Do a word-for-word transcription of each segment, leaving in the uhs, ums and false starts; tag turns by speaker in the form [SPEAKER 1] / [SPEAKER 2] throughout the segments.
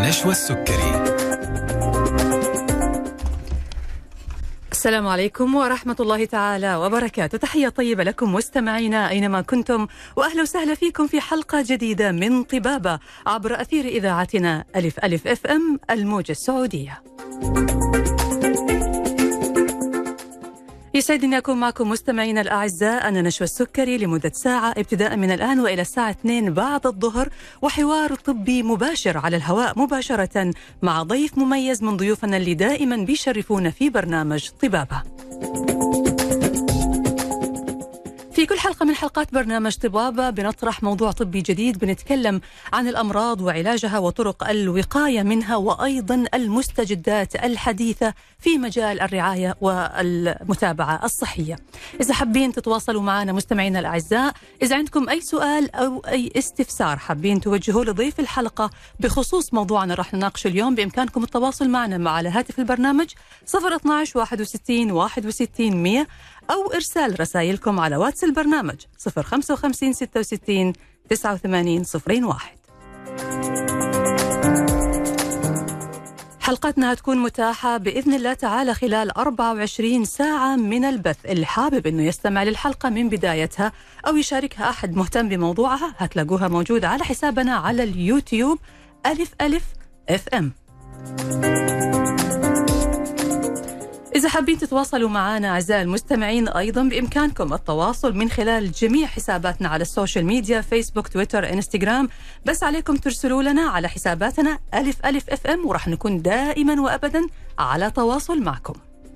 [SPEAKER 1] نشوى السكري.
[SPEAKER 2] السلام عليكم ورحمة الله تعالى وبركاته. تحية طيبة لكم مستمعينا أينما كنتم، وأهلا وسهلا فيكم في حلقة جديدة من طبابة عبر أثير إذاعتنا ألف ألف اف ام الموجة السعودية. يسعدني أكون معكم مستمعينا الأعزاء. أنا نشوى السكري لمدة ساعة ابتداء من الآن وإلى الساعة اثنين بعد الظهر، وحوار طبي مباشر على الهواء مباشرة مع ضيف مميز من ضيوفنا اللي دائما بيشرفونا في برنامج طبابة. في كل حلقة من حلقات برنامج طبابة بنطرح موضوع طبي جديد، بنتكلم عن الأمراض وعلاجها وطرق الوقاية منها، وأيضا المستجدات الحديثة في مجال الرعاية والمتابعة الصحية. إذا حابين تتواصلوا معنا مستمعينا الأعزاء، إذا عندكم أي سؤال أو أي استفسار حابين توجهوه لضيف الحلقة بخصوص موضوعنا رح نناقشه اليوم، بإمكانكم التواصل معنا مع على هاتف البرنامج صفر اثني عشر واحد وستين واحد وستين مية، أو إرسال رسائلكم على واتس البرنامج صفر خمسة وخمسين ستة وستين تسعة وثمانين صفر واحد. حلقتنا هتكون متاحة بإذن الله تعالى خلال أربعة وعشرين ساعة من البث. اللي حابب أنه يستمع للحلقة من بدايتها أو يشاركها أحد مهتم بموضوعها هتلاقوها موجودة على حسابنا على اليوتيوب ألف ألف اف ام. إذا حابين تتواصلوا معنا أعزائي المستمعين، أيضا بإمكانكم التواصل من خلال جميع حساباتنا على السوشيال ميديا، فيسبوك، تويتر، إنستغرام. بس عليكم ترسلوا لنا على حساباتنا ألف ألف اف ام، ورح نكون دائما وأبدا على تواصل معكم.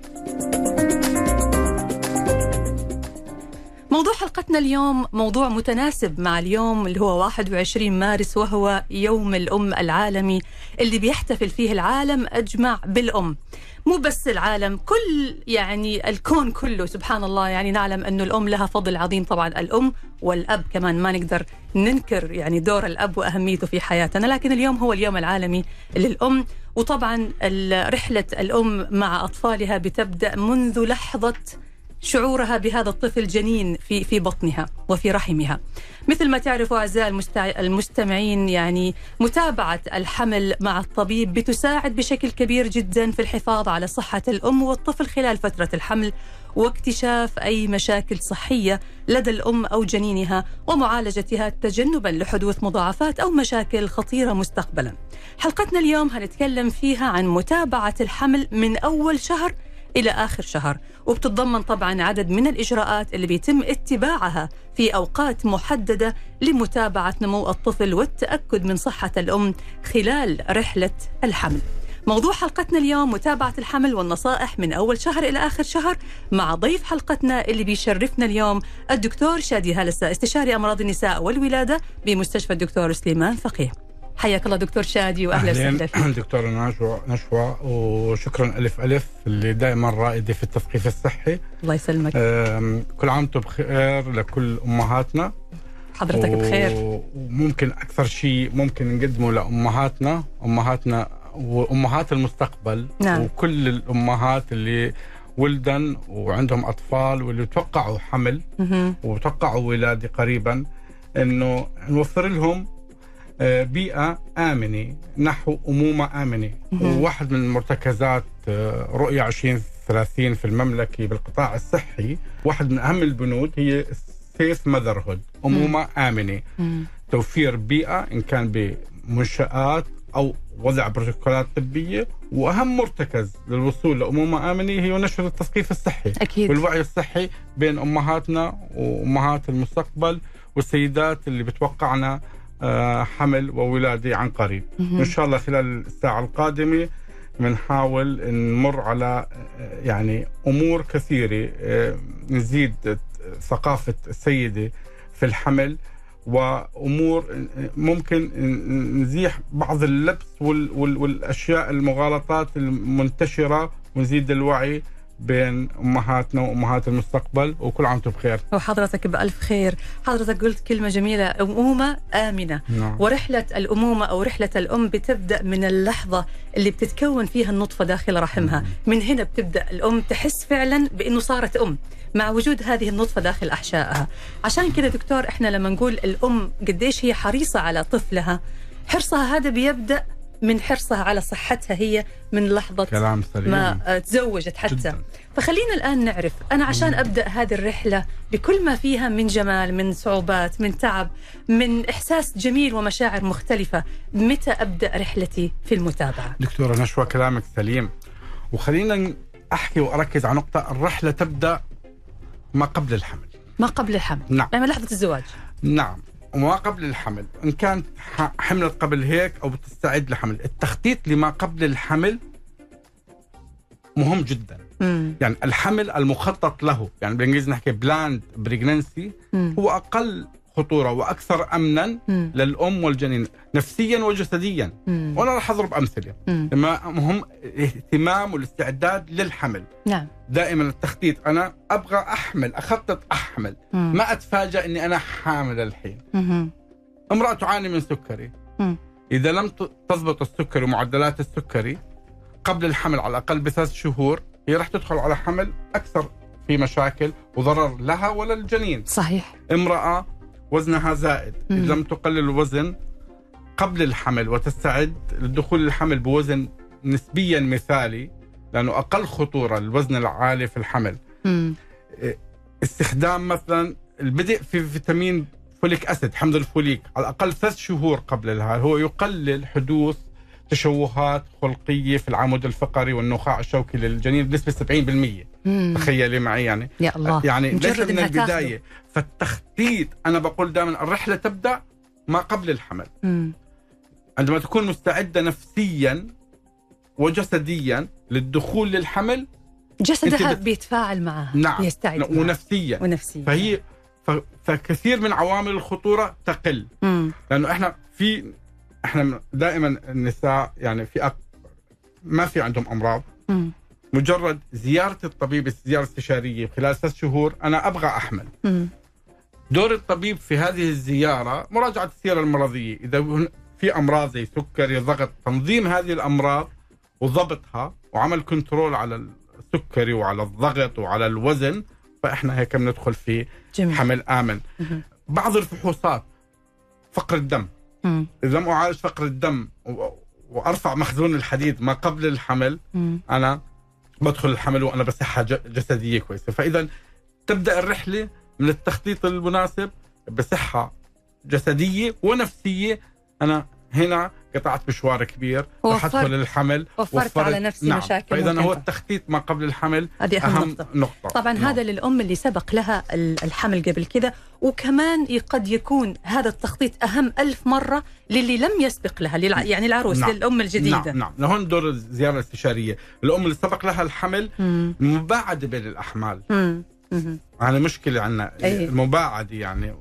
[SPEAKER 2] موضوع حلقتنا اليوم موضوع متناسب مع اليوم اللي هو واحد وعشرين مارس، وهو يوم الأم العالمي اللي بيحتفل فيه العالم أجمع بالأم. مو بس العالم، كل يعني الكون كله سبحان الله. يعني نعلم أنه الأم لها فضل عظيم، طبعا الأم والأب كمان ما نقدر ننكر يعني دور الأب وأهميته في حياتنا، لكن اليوم هو اليوم العالمي للأم. وطبعا رحلة الأم مع أطفالها بتبدأ منذ لحظة شعورها بهذا الطفل جنين في في بطنها وفي رحمها. مثل ما تعرفوا أعزائي المستمعين، يعني متابعة الحمل مع الطبيب بتساعد بشكل كبير جدا في الحفاظ على صحة الأم والطفل خلال فترة الحمل، واكتشاف أي مشاكل صحية لدى الأم أو جنينها ومعالجتها تجنبا لحدوث مضاعفات أو مشاكل خطيرة مستقبلا. حلقتنا اليوم هنتكلم فيها عن متابعة الحمل من أول شهر إلى آخر شهر، وبتتضمن طبعا عدد من الإجراءات اللي بيتم اتباعها في أوقات محددة لمتابعة نمو الطفل والتأكد من صحة الأم خلال رحلة الحمل. موضوع حلقتنا اليوم متابعة الحمل والنصائح من أول شهر إلى آخر شهر، مع ضيف حلقتنا اللي بيشرفنا اليوم الدكتور شادي هالسة، استشاري أمراض النساء والولادة بمستشفى الدكتور سليمان فقيه. حياك الله دكتور شادي واهلا وسهلا فيك.
[SPEAKER 3] دكتورة نشوى نشوى وشكرا الف الف اللي دائما رائده في التثقيف الصحي.
[SPEAKER 2] الله يسلمك.
[SPEAKER 3] كل عام وانتم بخير لكل امهاتنا.
[SPEAKER 2] حضرتك بخير.
[SPEAKER 3] وممكن اكثر شيء ممكن نقدمه لامهاتنا، امهاتنا وامهات المستقبل. نعم. وكل الامهات اللي ولدن وعندهم اطفال واللي توقعوا حمل وتوقعوا ولاده قريبا، انه نوفر لهم بيئة آمنة نحو أمومة آمنة. وواحد من مرتكزات رؤية عشرين ثلاثين في المملكة بالقطاع الصحي، واحد من أهم البنود هي سيف ماذرهود، أمومة آمنة. توفير بيئة إن كان بمنشآت أو وضع بروتوكولات طبية، وأهم مرتكز للوصول لأمومة آمنة هي نشر التثقيف الصحي.
[SPEAKER 2] أكيد.
[SPEAKER 3] والوعي الصحي بين أمهاتنا وأمهات المستقبل والسيدات اللي بتوقعنا حمل وولادة عن قريب. إن شاء الله خلال الساعة القادمة بنحاول نمر على يعني أمور كثيرة نزيد ثقافة السيدة في الحمل، وأمور ممكن نزيح بعض اللبس والأشياء المغالطات المنتشرة، ونزيد الوعي بين أمهاتنا وأمهات المستقبل. وكل عام وانتم بخير.
[SPEAKER 2] وحضرتك بألف خير. حضرتك قلت كلمة جميلة، أمومة آمنة.
[SPEAKER 3] نعم.
[SPEAKER 2] ورحلة الأمومة أو رحلة الأم بتبدأ من اللحظة اللي بتتكون فيها النطفة داخل رحمها. من هنا بتبدأ الأم تحس فعلا بأنه صارت أم مع وجود هذه النطفة داخل أحشائها. عشان كده دكتور، إحنا لما نقول الأم قديش هي حريصة على طفلها، حرصها هذا بيبدأ من حرصها على صحتها هي من لحظة
[SPEAKER 3] كلام سليم.
[SPEAKER 2] ما تزوجت حتى
[SPEAKER 3] جداً.
[SPEAKER 2] فخلينا الآن نعرف أنا عشان أبدأ هذه الرحلة بكل ما فيها من جمال، من صعوبات، من تعب، من إحساس جميل ومشاعر مختلفة، متى أبدأ رحلتي في المتابعة؟
[SPEAKER 3] دكتورة نشوى كلامك سليم، وخلينا أحكي وأركز على نقطة. الرحلة تبدأ ما قبل الحمل.
[SPEAKER 2] ما قبل الحمل.
[SPEAKER 3] نعم.
[SPEAKER 2] يعني لحظة الزواج.
[SPEAKER 3] نعم، وما قبل الحمل، إن كانت حملت قبل هيك أو بتستعد لحمل. التخطيط لما قبل الحمل مهم جدا.
[SPEAKER 2] مم.
[SPEAKER 3] يعني الحمل المخطط له، يعني بالإنجليزي نحكي بلاند بريجننسي، هو أقل خطورة وأكثر أمنا
[SPEAKER 2] مم.
[SPEAKER 3] للأم والجنين نفسيا وجسديا.
[SPEAKER 2] مم.
[SPEAKER 3] وأنا راح أضرب أمثلة. لما مهم الاهتمام والاستعداد للحمل.
[SPEAKER 2] نعم.
[SPEAKER 3] دائما التخطيط، أنا أبغى أحمل، أخطط أحمل،
[SPEAKER 2] مم.
[SPEAKER 3] ما أتفاجأ أني أنا حامل الحين.
[SPEAKER 2] مم.
[SPEAKER 3] امرأة تعاني من سكري،
[SPEAKER 2] مم.
[SPEAKER 3] إذا لم تضبط السكري ومعدلات السكري قبل الحمل على الأقل بثلاث شهور، هي راح تدخل على حمل أكثر في مشاكل وضرر لها ولا الجنين.
[SPEAKER 2] صحيح.
[SPEAKER 3] امرأة وزنها زائد،
[SPEAKER 2] مم.
[SPEAKER 3] إذا لم تقلل الوزن قبل الحمل وتستعد للدخول الحمل بوزن نسبيا مثالي، لأنه أقل خطورة الوزن العالي في الحمل.
[SPEAKER 2] مم.
[SPEAKER 3] استخدام مثلا البدء في فيتامين فوليك أسيد، حمض الفوليك، على الأقل ثلاث شهور قبل الها، هو يقلل حدوث تشوهات خلقية في العمود الفقري والنخاع الشوكي للجنين بنسبة سبعين بالمئة.
[SPEAKER 2] مم.
[SPEAKER 3] تخيلي معي يعني.
[SPEAKER 2] يا الله.
[SPEAKER 3] يعني ليس من البداية
[SPEAKER 2] تاخده.
[SPEAKER 3] فالتخطيط، أنا بقول دائما الرحلة تبدأ ما قبل الحمل.
[SPEAKER 2] مم.
[SPEAKER 3] عندما تكون مستعدة نفسيا وجسديا للدخول للحمل،
[SPEAKER 2] جسدها بيتفاعل معها.
[SPEAKER 3] نعم.
[SPEAKER 2] بيستعد معها.
[SPEAKER 3] ونفسيا
[SPEAKER 2] ونفسيا
[SPEAKER 3] فهي ف... فكثير من عوامل الخطورة تقل.
[SPEAKER 2] مم.
[SPEAKER 3] لأنه إحنا في إحنا دائما النساء يعني في أق... ما في عندهم أمراض.
[SPEAKER 2] مم.
[SPEAKER 3] مجرد زيارة الطبيب، الزيارة الاستشارية خلال ثلاث شهور أنا أبغى أحمل.
[SPEAKER 2] مم.
[SPEAKER 3] دور الطبيب في هذه الزيارة مراجعة السيرة المرضية، إذا في أمراض زي سكري، ضغط، تنظيم هذه الأمراض وضبطها وعمل كنترول على السكري وعلى الضغط وعلى الوزن، فإحنا هيك بندخل في
[SPEAKER 2] جميل.
[SPEAKER 3] حمل آمن.
[SPEAKER 2] مم.
[SPEAKER 3] بعض الفحوصات، فقر الدم،
[SPEAKER 2] مم.
[SPEAKER 3] إذا لم أعالج فقر الدم وأرفع مخزون الحديد ما قبل الحمل،
[SPEAKER 2] مم.
[SPEAKER 3] أنا بدخل الحمل وأنا بصحة جسدية كويسة. فإذا تبدأ الرحلة من التخطيط المناسب بصحة جسدية ونفسية. أنا هنا قطعت مشوار كبير، راح أدخل الحمل،
[SPEAKER 2] وفرت, وفرت على نفسي
[SPEAKER 3] نعم.
[SPEAKER 2] مشاكل.
[SPEAKER 3] فإذا هو التخطيط ما قبل الحمل
[SPEAKER 2] هذه أهم,
[SPEAKER 3] أهم
[SPEAKER 2] نقطة,
[SPEAKER 3] نقطة.
[SPEAKER 2] طبعا نعم. هذا للأم اللي سبق لها الحمل قبل كذا، وكمان قد يكون هذا التخطيط أهم ألف مرة للي لم يسبق لها، للع... يعني العروس، نعم. للأم الجديدة.
[SPEAKER 3] نعم نعم. لهون دور الزيارة الاستشارية. الأم اللي سبق لها الحمل، المباعدة بين الأحمال، هذه مشكلة عندنا.
[SPEAKER 2] أيه.
[SPEAKER 3] المباعدة يعني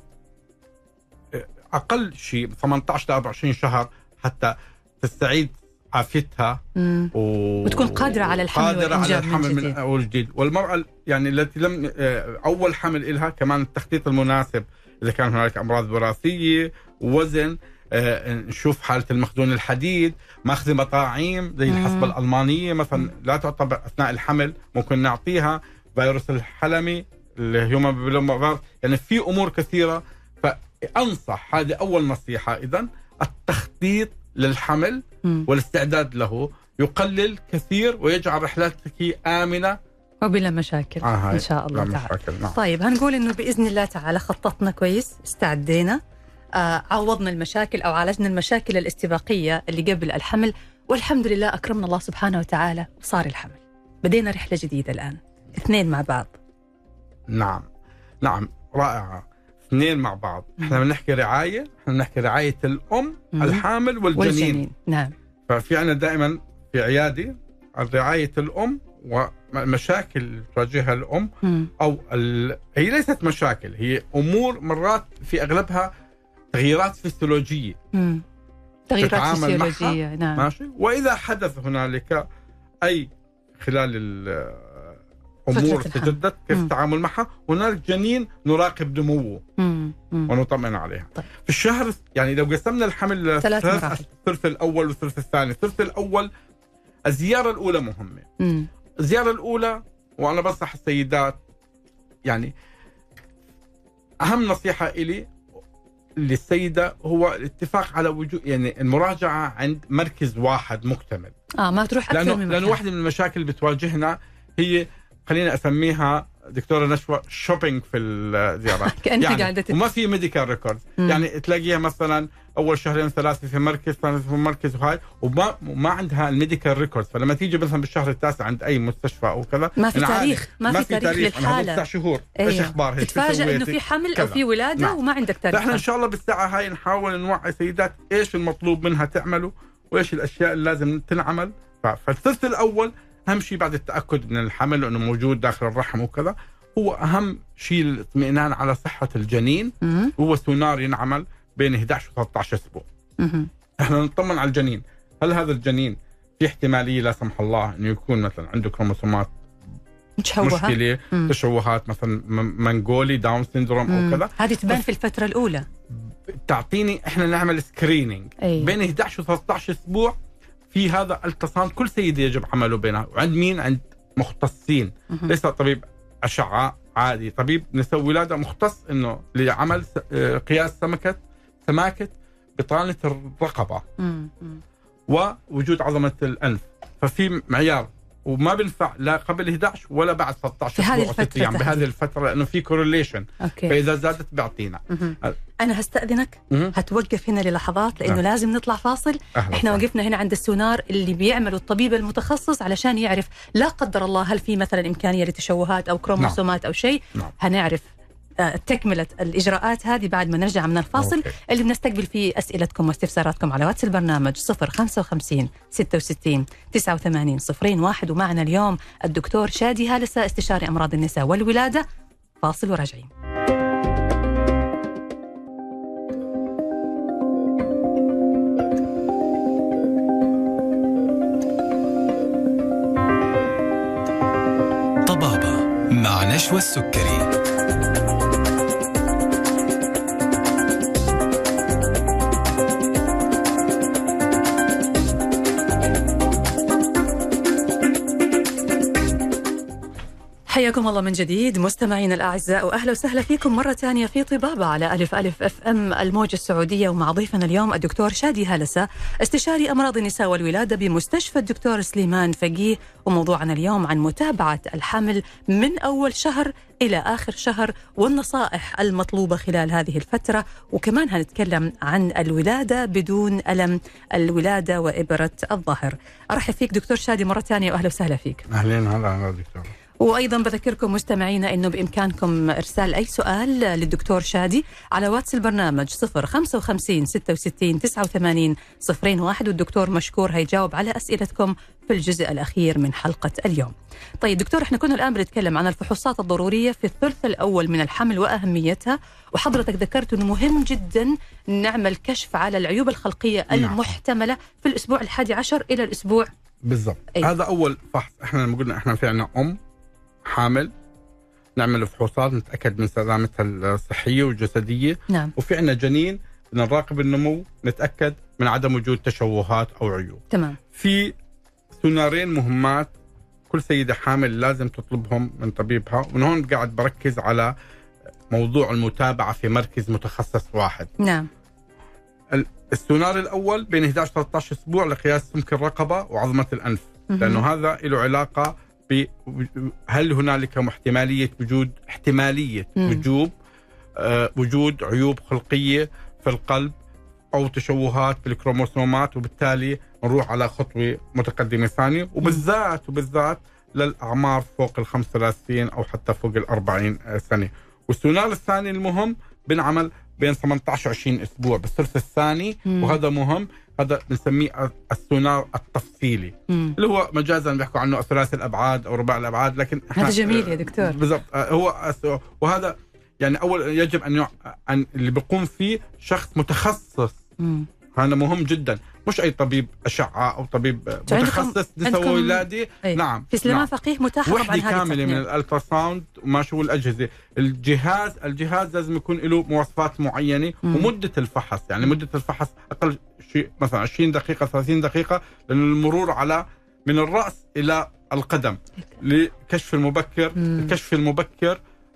[SPEAKER 3] أقل شيء ثمانية عشر إلى أربعة وعشرين شهر حتى تستعيد عافيتها و...
[SPEAKER 2] وتكون قادرة على الحمل
[SPEAKER 3] قادرة على
[SPEAKER 2] والإنجاب
[SPEAKER 3] الحمل
[SPEAKER 2] من
[SPEAKER 3] من أول جديد. والمرأة يعني التي لم أول حمل إلها كمان التخطيط المناسب، إذا كان هناك أمراض وراثية، وزن، نشوف حالة المخزون الحديد، ماخذ مطاعيم زي الحصبة الألمانية مثلا لا تعتبر أثناء الحمل، ممكن نعطيها فيروس الحلمي الهيومن بابيلوما، يعني في أمور كثيرة. فأنصح، هذه أول نصيحة، إذن التخطيط للحمل م. والاستعداد له يقلل كثير ويجعل رحلتك آمنة
[SPEAKER 2] وبلا مشاكل.
[SPEAKER 3] آه
[SPEAKER 2] إن شاء الله تعالى.
[SPEAKER 3] مشاكل. نعم.
[SPEAKER 2] طيب هنقول إنه بإذن الله تعالى خططنا كويس، استعدينا، آه عوضنا المشاكل أو عالجنا المشاكل الاستباقية اللي قبل الحمل، والحمد لله أكرمنا الله سبحانه وتعالى وصار الحمل. بدينا رحلة جديدة الآن، اثنين مع بعض.
[SPEAKER 3] نعم نعم رائعة. اثنين مع بعض. احنا بنحكي رعاية، احنا بنحكي رعاية الأم مم. الحامل والجنين. والجنين.
[SPEAKER 2] نعم.
[SPEAKER 3] ففي عنا دائما في عيادة رعاية الأم ومشاكل اللي تواجهها الأم مم. أو ال... هي ليست مشاكل، هي أمور مرات في أغلبها تغييرات فسيولوجية.
[SPEAKER 2] مم. تغييرات فسيولوجية. نعم.
[SPEAKER 3] ماشي. وإذا حدث هنالك أي خلال ال أمور تجدد كيف التعامل معها، هناك جنين نراقب نموه ونطمئن عليها.
[SPEAKER 2] طيب.
[SPEAKER 3] في الشهر يعني لو قسمنا الحمل
[SPEAKER 2] لثلاث
[SPEAKER 3] الثلث الأول والثلث الثاني، الثلث الأول الزيارة الأولى مهمة.
[SPEAKER 2] مم.
[SPEAKER 3] الزيارة الأولى، وأنا بنصح السيدات يعني أهم نصيحة إلي للسيدة هو الاتفاق على وجود يعني المراجعة عند مركز واحد مكتمل.
[SPEAKER 2] اه ما تروح أكثر
[SPEAKER 3] لأنه
[SPEAKER 2] من
[SPEAKER 3] لأنه واحدة من المشاكل اللي بتواجهنا هي خلينا أسميها دكتورة نشوى شوبينج في الزيارات.
[SPEAKER 2] كأنها
[SPEAKER 3] يعني
[SPEAKER 2] قاعدة
[SPEAKER 3] وما في ميديكال ريكورد، يعني تلاقيها مثلا أول شهرين ثلاثة في مركز ثاني في مركز وهاي وما ما عندها الميديكال ريكورد، فلما تيجي مثلا بالشهر التاسع عند أي مستشفى أو كذا
[SPEAKER 2] ما في تاريخ ما, ما في تاريخ, تاريخ للحالة.
[SPEAKER 3] تسع شهور
[SPEAKER 2] أيوه.
[SPEAKER 3] إيش أخبارها؟
[SPEAKER 2] تتفاجأ إنه في حمل كذا. أو في ولادة نعم. وما عندك تاريخ.
[SPEAKER 3] نحن إن شاء الله بالساعة هاي نحاول نوعي سيدات إيش المطلوب منها تعمله وإيش الأشياء اللي لازم تنعمل. فالثلث الأول أهم شيء بعد التأكد من الحمل وأنه موجود داخل الرحم وكذا، هو أهم شيء الاطمئنان على صحة الجنين. م- هو سونار ينعمل بين إحدى عشر و ثلاثة عشر أسبوع. م- احنا نطمن على الجنين، هل هذا الجنين في احتمالية لا سمح الله أنه يكون مثلا عنده كروموسومات مشكلة، م- تشوهات مثلا منغولي داون سيندروم أو كذا.
[SPEAKER 2] هذه تبان في الفترة الأولى.
[SPEAKER 3] تعطيني احنا نعمل سكرينينج
[SPEAKER 2] أي.
[SPEAKER 3] بين إحدى عشر و ثلاثة عشر أسبوع في هذا التصامت. كل سيدة يجب عمله بينها، وعند مين؟ عند مختصين، م- ليس طبيب أشعة عادي، طبيب نساء ولادة مختص إنه لعمل قياس سمكة سماكة بطانة الرقبة ووجود عظمة الأنف. ففي معيار وما بينفع لا قبل إحدى عشر ولا بعد ثلاثة عشر أسبوع يعني بهذه الفترة لأنه في كورليشن. فإذا زادت بيعطينا.
[SPEAKER 2] أنا هستأذنك مم. هتوقف هنا للحظات لأنه نعم. لازم نطلع فاصل. إحنا وقفنا هنا عند السونار اللي بيعمله الطبيب المتخصص علشان يعرف لا قدر الله هل في مثلا إمكانية لتشوهات أو كروموسومات نعم. أو شيء نعم. هنعرف تكملة الإجراءات هذه بعد ما نرجع من الفاصل. أوكي. اللي بنستقبل فيه أسئلتكم واستفساراتكم على واتس البرنامج صفر خمسة وخمسين ستة وستين تسعة وثمانين صفرين واحد. ومعنا اليوم الدكتور شادي هالسة استشاري أمراض النساء والولادة. فاصل وراجعين.
[SPEAKER 1] طبابة مع نشوى السكري.
[SPEAKER 2] حياكم الله من جديد مستمعين الأعزاء، وأهلا وسهلا فيكم مرة ثانية في طبابة على ألف ألف أف أم الموجة السعودية. ومع ضيفنا اليوم الدكتور شادي هالسة استشاري أمراض النساء والولادة بمستشفى الدكتور سليمان فقيه. وموضوعنا اليوم عن متابعة الحمل من أول شهر إلى آخر شهر والنصائح المطلوبة خلال هذه الفترة. وكمان هنتكلم عن الولادة بدون ألم، الولادة وإبرة الظهر. أرحب فيك دكتور شادي مرة ثانية وأهلا وسهلا فيك.
[SPEAKER 3] أهلين هلا دكتور.
[SPEAKER 2] وأيضا بذكركم مستمعينا أنه بإمكانكم إرسال أي سؤال للدكتور شادي على واتس البرنامج صفر خمسة وخمسين ستة وستين تسعة وثمانين صفرين واحد، والدكتور مشكور هيجاوب على أسئلتكم في الجزء الأخير من حلقة اليوم. طيب دكتور، احنا كنا الآن بنتكلم عن الفحوصات الضرورية في الثلث الأول من الحمل وأهميتها، وحضرتك ذكرت أنه مهم جدا نعمل كشف على العيوب الخلقية المحتملة في الأسبوع الحادي عشر إلى الأسبوع
[SPEAKER 3] بالضبط. هذا أول فحص. احنا لما قلنا احنا في عنا أم حامل نعمل فحوصات نتأكد من سلامتها الصحية والجسدية.
[SPEAKER 2] نعم.
[SPEAKER 3] وفي عنا جنين نراقب النمو نتأكد من عدم وجود تشوهات أو عيوب.
[SPEAKER 2] تمام.
[SPEAKER 3] في سونارين مهمات كل سيدة حامل لازم تطلبهم من طبيبها، ومن هون قاعد بركز على موضوع المتابعة في مركز متخصص واحد.
[SPEAKER 2] نعم.
[SPEAKER 3] السونار الأول بين إحدى عشر ثلاثة عشر أسبوع لقياس سمك الرقبة وعظمة الأنف، لأنه هذا له علاقة هل هنالك احتمالية وجود احتمالية وجود آه وجود عيوب خلقية في القلب أو تشوهات في الكروموسومات، وبالتالي نروح على خطوة متقدمة ثانية، وبالذات وبالذات للأعمار فوق الخمسة وثلاثين أو حتى فوق الأربعين سنة. والسونار الثاني المهم بنعمل بين ثمانية عشر وعشرين أسبوع بالثلث الثاني، مم. وهذا مهم، هذا بنسميه السونار التفصيلي، مم. اللي هو مجازا بيحكوا عنه ثلاثي الأبعاد أو رباع الأبعاد، لكن
[SPEAKER 2] هذا جميل يا دكتور.
[SPEAKER 3] بالضبط. هو وهذا يعني أول يجب أن, أن اللي بيقوم فيه شخص متخصص. مم. هذا مهم جدا، مش أي طبيب أشعة أو طبيب متخصص نساء وولادة.
[SPEAKER 2] نعم. في سليمان
[SPEAKER 3] نعم.
[SPEAKER 2] فقيه متاح
[SPEAKER 3] وحدة كاملة من الألتراساوند وما شو الأجهزة. الجهاز الجهاز لازم يكون له مواصفات معينة. مم. ومدة الفحص يعني مدة الفحص أقل شيء مثلا عشرين دقيقة ثلاثين دقيقة، لأن المرور على من الرأس إلى القدم لكشف المبكر. مم. الكشف المبكر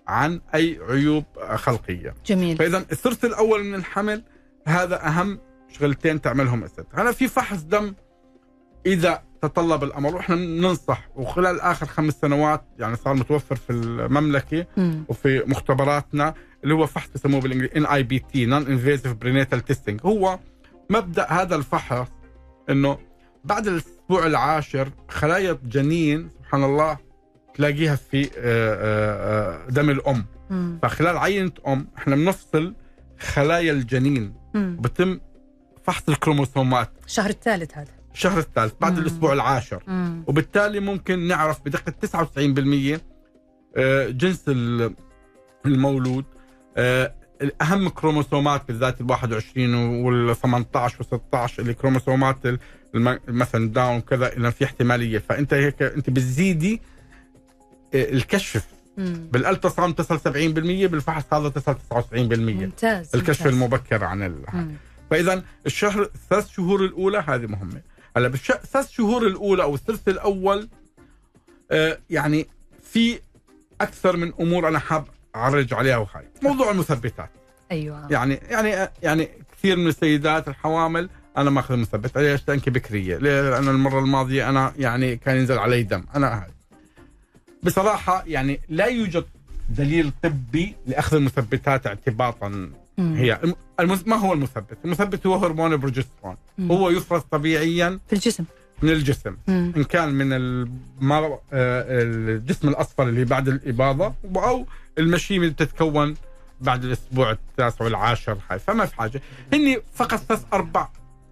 [SPEAKER 3] عن أي عيوب خلقية.
[SPEAKER 2] جميل.
[SPEAKER 3] فإذا الثلث الأول من الحمل هذا أهم شغلتين تعملهم الست. هلا في فحص دم إذا تطلب الأمر، وإحنا ننصح، وخلال آخر خمس سنوات يعني صار متوفر في المملكة م. وفي مختبراتنا اللي هو فحص يسموه بالإنجليزي إن آي بي تي Non Invasive Prenatal Testing. هو مبدأ هذا الفحص إنه بعد الأسبوع العاشر خلايا الجنين سبحان الله تلاقيها في دم الأم. م. فخلال عينة أم إحنا بنفصل خلايا الجنين وبتم فحص الكروموسومات.
[SPEAKER 2] الشهر الثالث هذا
[SPEAKER 3] الشهر الثالث بعد مم. الأسبوع العاشر. مم. وبالتالي ممكن نعرف بدقة تسعة وتسعين بالمئة جنس المولود، أهم كروموسومات بالذات الواحد وعشرين والثمانية عشر والستة عشر اللي كروموسومات مثلا داون كذا إذا في احتمالية. فأنت هيك أنت بتزيدي الكشف بالالتراساوند تصل سبعين بالمئة، بالفحص هذا تصل تسعة وتسعين بالمئة.
[SPEAKER 2] ممتاز.
[SPEAKER 3] الكشف
[SPEAKER 2] ممتاز.
[SPEAKER 3] المبكر عن ال... فإذا الشهر الثلاث شهور الأولى هذه مهمة. هلا بالثلاث شهور الأولى أو الثلث الأول آه يعني في أكثر من أمور أنا حاب أعرج عليها، وهاي موضوع المثبتات.
[SPEAKER 2] أيوة.
[SPEAKER 3] يعني يعني يعني كثير من السيدات الحوامل أنا ما أخذ مثبت، ليش؟ لأنك بكرية، لأن المرة الماضية أنا يعني كان ينزل علي دم. أنا هاي بصراحة يعني لا يوجد دليل طبي لأخذ المثبتات اعتباطا. مم. هي المس... ما هو المثبت؟ المثبت هو هرمون البروجسترون. مم. هو يفرز طبيعيا
[SPEAKER 2] في الجسم من
[SPEAKER 3] الجسم. مم. إن كان من المر... الجسم الأصفر اللي بعد الإباضة أو المشيمة اللي بتتكون بعد الأسبوع التاسع والعاشر. هاي فما في حاجة، هني فقط ثلاث أربع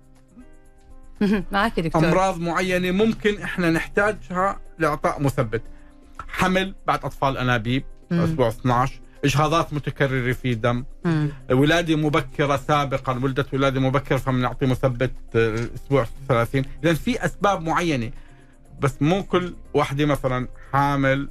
[SPEAKER 2] معك دكتور
[SPEAKER 3] أمراض معينة ممكن إحنا نحتاجها لإعطاء مثبت. حمل بعد أطفال أنابيب أسبوع اثني عشر، إجهاضات متكررة في دم، مم. ولادة مبكرة سابقا، ولدت ولادة مبكرة فبنعطي مثبت أسبوع ثلاثين. إذن في أسباب معينة، بس مو كل واحدة مثلا حامل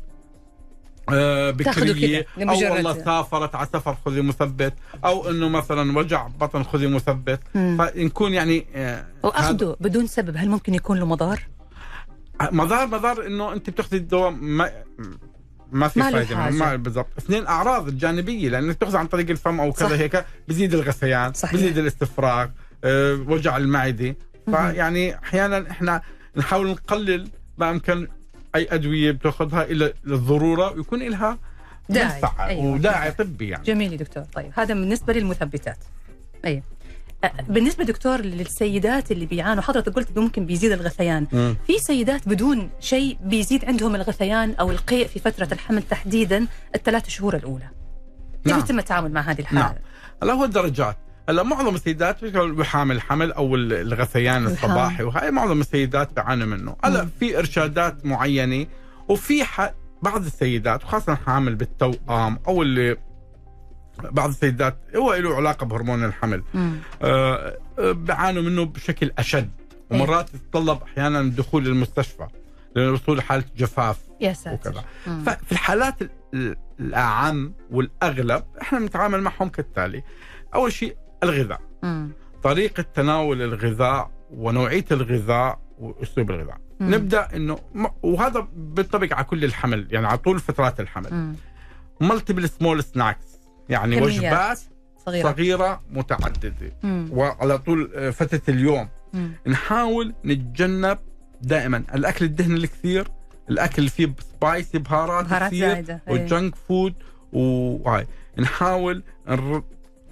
[SPEAKER 3] آه بكرية أو والله سافرت على سفر خذي مثبت، أو إنه مثلا وجع بطن خذي مثبت. مم. فنكون يعني آه
[SPEAKER 2] وأخذه بدون سبب، هل ممكن يكون له مضار؟
[SPEAKER 3] مضار مضار إنه أنت بتأخذي الدواء ما ما في فايدة. ما بالضبط. اثنين أعراض الجانبية، لأنك تأخذ عن طريق الفم أو كذا هيك بزيد الغثيان، صحيح. بزيد الاستفراغ، أه، وجع المعدة. فيعني أحيانا إحنا نحاول نقلل ما أمكن أي أدوية بتأخذها إلى الضرورة ويكون لها
[SPEAKER 2] داعي.
[SPEAKER 3] أيوة. وداعي طبي يعني.
[SPEAKER 2] جميل دكتور. طيب هذا بالنسبة للمثبتات. أيوة. بالنسبة دكتور للسيدات اللي بيعانوا، حضرتك قلت ممكن بيزيد الغثيان. مم. في سيدات بدون شيء بيزيد عندهم الغثيان أو القيء في فترة الحمل تحديدا الثلاث شهور الأولى. كيف يتم التعامل مع هذه الحالة؟ نعم.
[SPEAKER 3] هلا هو الدرجات. هلا معظم السيدات بحامل الحمل أو الغثيان الصباحي وهاي معظم السيدات بيعانوا منه. هلا في إرشادات معينة، وفي بعض السيدات وخاصة حامل بالتوأم أو اللي بعض السيدات هو له علاقة بهرمون الحمل آه بيعانوا منه بشكل أشد، ومرات يتطلب أحيانا الدخول للمستشفى للوصول لحالة جفاف وكذا. ففي الحالات الأعم والأغلب إحنا نتعامل معهم كالتالي. أول شيء الغذاء، مم. طريقة تناول الغذاء ونوعية الغذاء وأسلوب الغذاء. مم. نبدأ إنه وهذا بالطبق على كل الحمل، يعني على طول فترات الحمل. مالتيبل سمول سناكس، يعني وجبات صغيرة. صغيرة متعددة. مم. وعلى طول فترة اليوم. مم. نحاول نتجنب دائما الأكل الدهن الكثير، الأكل اللي فيه سبايسي بهارات, بهارات كثير زايدة. والجنك فود وهاي. نحاول نر...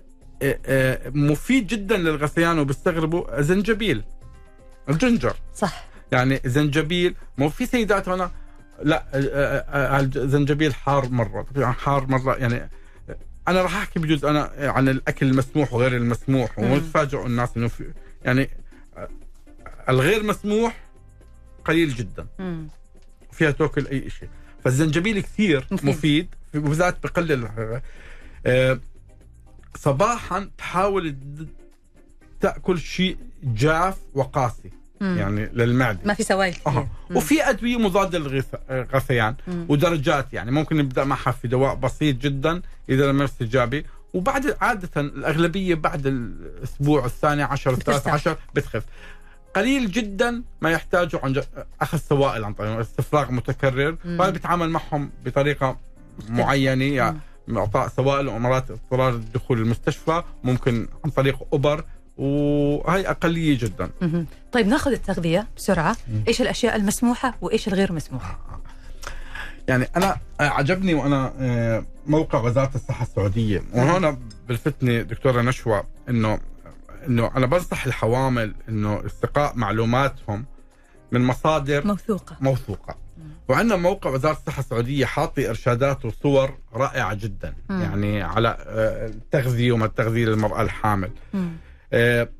[SPEAKER 3] مفيد جدا للغثيان وبيستغربوا زنجبيل الجنجر، صح. يعني زنجبيل، مو في سيدات هنا لا الزنجبيل حار مرة، حار مرة. يعني أنا راح أحكي بجزء أنا عن الأكل المسموح وغير المسموح، ومتفاجئوا الناس إنه في يعني الغير مسموح قليل جدا، مم. فيها تأكل أي شيء. فالزنجبيل كثير مفيد, مفيد وبالذات بقلل. آه صباحا تحاول تأكل شيء جاف وقاسي، مم. يعني للمعدة ما
[SPEAKER 2] في سوائل
[SPEAKER 3] أه. وفي أدوية مضادة للغثيان ودرجات، يعني ممكن نبدأ معها في دواء بسيط جدا إذا لم استجابي، وبعد عادة الأغلبية بعد الأسبوع الثاني عشر الثالث عشر بتخف. قليل جدا ما يحتاجوا عن أخذ سوائل عن طريق استفراغ متكرر، فأنا بتعامل معهم بطريقة معينة يعني إعطاء سوائل وأمارات اضطرار الدخول المستشفى، ممكن عن طريق أوبر، وهي أقلية جدا.
[SPEAKER 2] طيب ناخذ التغذية بسرعة. إيش الأشياء المسموحة وإيش الغير مسموحة؟
[SPEAKER 3] يعني أنا عجبني وأنا موقع وزارة الصحة السعودية، وهنا بالفتنة دكتورة نشوى إنه إنه أنا بنصح الحوامل إنه استقاء معلوماتهم من مصادر
[SPEAKER 2] موثوقة
[SPEAKER 3] موثوقة. وعندنا موقع وزارة الصحة السعودية حاطي إرشادات وصور رائعة جدا م. يعني على التغذية وما التغذية للمرأة الحامل. آه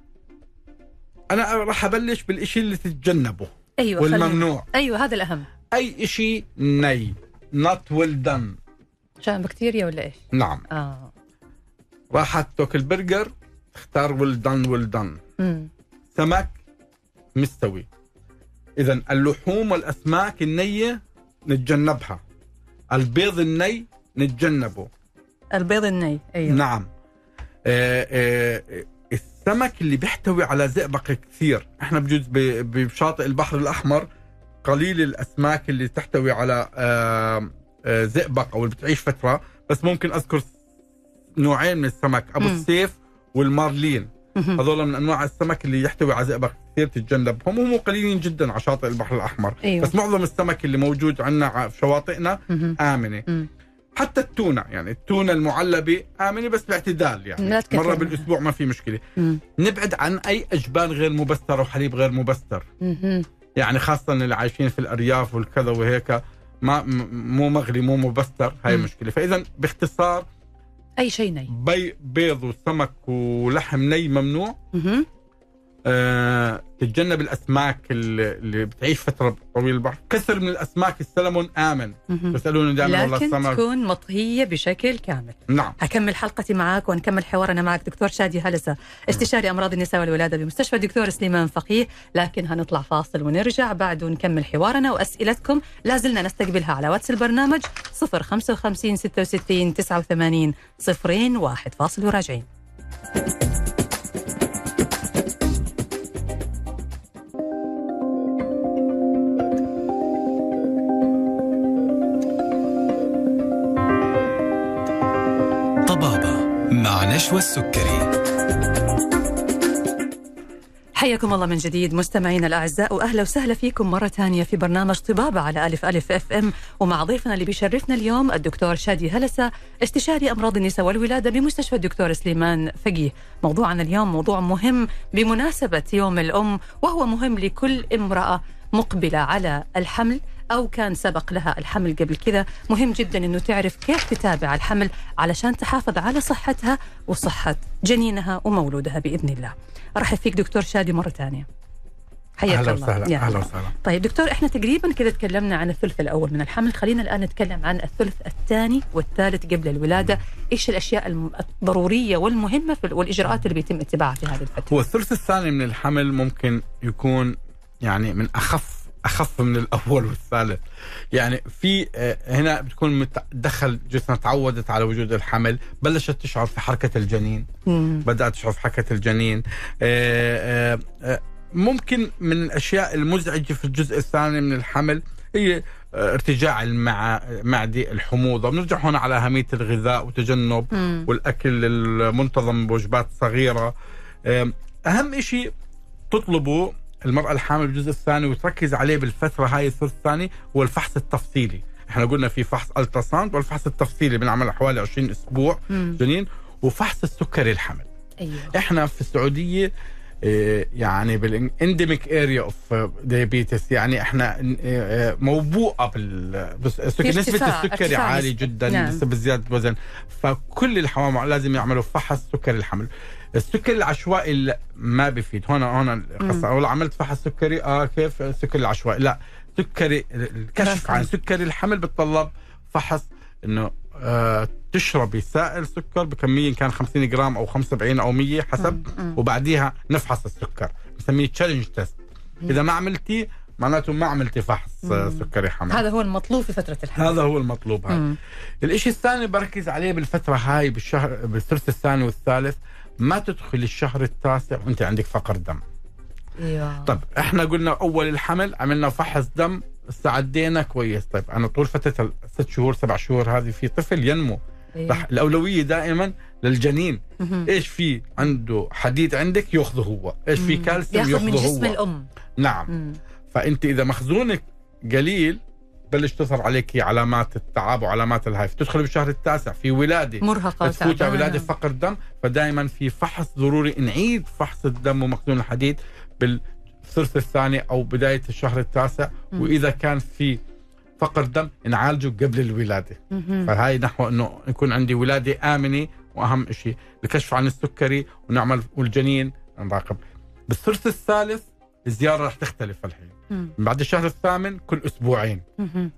[SPEAKER 3] أنا راح أبلش بالإشي اللي تتجنبه.
[SPEAKER 2] أيوة
[SPEAKER 3] والممنوع.
[SPEAKER 2] أيوة هذا الأهم.
[SPEAKER 3] أي إشي ني not well done
[SPEAKER 2] عشان بكتيريا ولا إيش؟
[SPEAKER 3] نعم.
[SPEAKER 2] آه.
[SPEAKER 3] راح تاكل برجر تختار well done well done. م. سمك مستوي. إذن اللحوم والأسماك النية نتجنبها. البيض الني نتجنبه.
[SPEAKER 2] البيض الني أيوة.
[SPEAKER 3] نعم. آه آه السمك اللي بيحتوي على زئبق كثير، احنا بجوز بشاطئ البحر الأحمر قليل الأسماك اللي تحتوي على آه آه زئبق أو اللي بتعيش فترة، بس ممكن أذكر نوعين من السمك، أبو م. السيف والمارلين. هذول من أنواع السمك اللي يحتوي على زئبق كثير تتجنبهم، وهم قليلين جدا على شاطئ البحر الأحمر.
[SPEAKER 2] أيوة.
[SPEAKER 3] بس معظم السمك اللي موجود عندنا في شواطئنا
[SPEAKER 2] م.
[SPEAKER 3] آمنة.
[SPEAKER 2] م.
[SPEAKER 3] حتى التونة، يعني التونة المعلبة آمنة بس باعتدال، يعني مرة بالأسبوع ما في مشكلة.
[SPEAKER 2] م.
[SPEAKER 3] نبعد عن أي أجبان غير مبستر وحليب غير مبستر.
[SPEAKER 2] م.
[SPEAKER 3] يعني خاصة اللي عايشين في الأرياف والكذا وهيك، ما مو مغلي مو مبستر، هاي م. مشكلة. فإذا باختصار
[SPEAKER 2] أي شيء ني،
[SPEAKER 3] بي بيض وسمك ولحم ني ممنوع.
[SPEAKER 2] م.
[SPEAKER 3] آه، تتجنب الأسماك اللي بتعيش فترة طويلة البحر. كثر من الأسماك السلمون آمن، بيسألوني دائما والله السمك
[SPEAKER 2] لكن تكون مطهية بشكل كامل.
[SPEAKER 3] نعم.
[SPEAKER 2] هكمل حلقتي معك ونكمل حوارنا معك دكتور شادي هلسة، استشاري أمراض النساء والولادة بمستشفى الدكتور سليمان فقيه. لكن هنطلع فاصل ونرجع بعد ونكمل حوارنا، وأسئلتكم لازلنا نستقبلها على واتس البرنامج صفر خمسة وخمسين ستة وستين تسعة وثمانين صفرين واحد. فاصل وراجعين.
[SPEAKER 1] مع نشوى السكري.
[SPEAKER 2] حياكم الله من جديد مستمعينا الأعزاء، وأهلا وسهلا فيكم مرة ثانية في برنامج طبابة على ألف ألف اف ام، ومع ضيفنا اللي بيشرفنا اليوم الدكتور شادي هلسة، استشاري أمراض النساء والولادة بمستشفى الدكتور سليمان فقيه. موضوعنا اليوم موضوع مهم بمناسبة يوم الأم، وهو مهم لكل امرأة مقبلة على الحمل أو كان سبق لها الحمل قبل كذا. مهم جدا أنه تعرف كيف تتابع الحمل علشان تحافظ على صحتها وصحة جنينها ومولودها بإذن الله. أرحب فيك دكتور شادي مرة ثانية. حياك
[SPEAKER 3] أهلا
[SPEAKER 2] الله.
[SPEAKER 3] وسهلا. أهلا وسهلا.
[SPEAKER 2] طيب دكتور، إحنا تقريبا كذا تكلمنا عن الثلث الأول من الحمل، خلينا الآن نتكلم عن الثلث الثاني والثالث قبل الولادة. إيش الأشياء الضرورية والمهمة والإجراءات اللي بيتم اتباعها في هذه الفترة؟
[SPEAKER 3] هو الثلث الثاني من الحمل ممكن يكون يعني من أخف أخف من الأول والثالث. يعني في هنا بتكون متدخل جسمها، تعودت على وجود الحمل، بلشت تشعر في حركة الجنين،
[SPEAKER 2] مم.
[SPEAKER 3] بدأت تشعر في حركة الجنين. ممكن من الأشياء المزعجة في الجزء الثاني من الحمل هي ارتجاع المعدة، الحموضة. بنرجع هنا على أهمية الغذاء وتجنب
[SPEAKER 2] مم.
[SPEAKER 3] والأكل المنتظم بوجبات صغيرة. أهم إشي تطلبه المرأة الحامل بالجزء الثاني وتركز عليه بالفترة هاي الثلث الثاني هو الفحص التفصيلي. احنا قلنا في فحص التراساوند والفحص التفصيلي بنعمله حوالي عشرين اسبوع
[SPEAKER 2] مم.
[SPEAKER 3] جنين، وفحص السكري الحمل.
[SPEAKER 2] أيوة.
[SPEAKER 3] احنا في السعودية اه يعني بالانديميك اريا اوف دايابيتس، يعني احنا اه موبوءة بالسكري، نسبة السكري عالي جدا.
[SPEAKER 2] نعم.
[SPEAKER 3] نسبة زيادة وزن، فكل الحوامل لازم يعملوا فحص سكري الحمل. السكري العشوائي ما بيفيد. هنا هنا القصة، أول عملت فحص سكري اه كيف السكري العشوائي؟ لا، سكري الكشف عن سكري الحمل بتطلب فحص انه آه تشربي سائل سكر بكمية إن كان خمسين جرام او خمسة وسبعين او مية حسب،
[SPEAKER 2] مم.
[SPEAKER 3] وبعديها نفحص السكر، بنسميه تشالنج تيست. اذا ما عملتي معناته ما عملتي فحص مم. سكري حمل.
[SPEAKER 2] هذا هو المطلوب في فترة الحمل.
[SPEAKER 3] هذا هو المطلوب. هاي الاشي الثاني بركز عليه بالفترة هاي بالشهر بالثلث الثاني والثالث، ما تدخل الشهر التاسع وانت عندك فقر دم.
[SPEAKER 2] ايوه.
[SPEAKER 3] طب احنا قلنا اول الحمل عملنا فحص دم استعدينا كويس. طيب أنا طول فترة الست شهور سبع شهور هذه في طفل ينمو،
[SPEAKER 2] أيوة.
[SPEAKER 3] رح الأولوية دائما للجنين.
[SPEAKER 2] مم.
[SPEAKER 3] إيش في عنده حديد عندك يأخذه هو، إيش في كالسيوم
[SPEAKER 2] يأخذ
[SPEAKER 3] يأخذه
[SPEAKER 2] من جسم
[SPEAKER 3] هو.
[SPEAKER 2] الأم.
[SPEAKER 3] نعم.
[SPEAKER 2] مم.
[SPEAKER 3] فأنت إذا مخزونك قليل بلش تظهر عليك علامات التعب وعلامات الهايف، تدخل بالشهر التاسع في ولادة
[SPEAKER 2] مرهقة
[SPEAKER 3] تفوت على ولادة فقر دم. فدائما في فحص ضروري، نعيد فحص الدم ومخزون الحديد بالثلث الثاني أو بداية الشهر التاسع. م. وإذا كان في فقر دم نعالجه قبل الولادة. م- فهاي نحو أنه يكون عندي ولادة آمنة، وأهم شيء الكشف عن السكري ونعمل والجنين نراقب. بالثلث الثالث الزيارة رح تختلف الحين. مم. بعد الشهر الثامن كل أسبوعين. مم.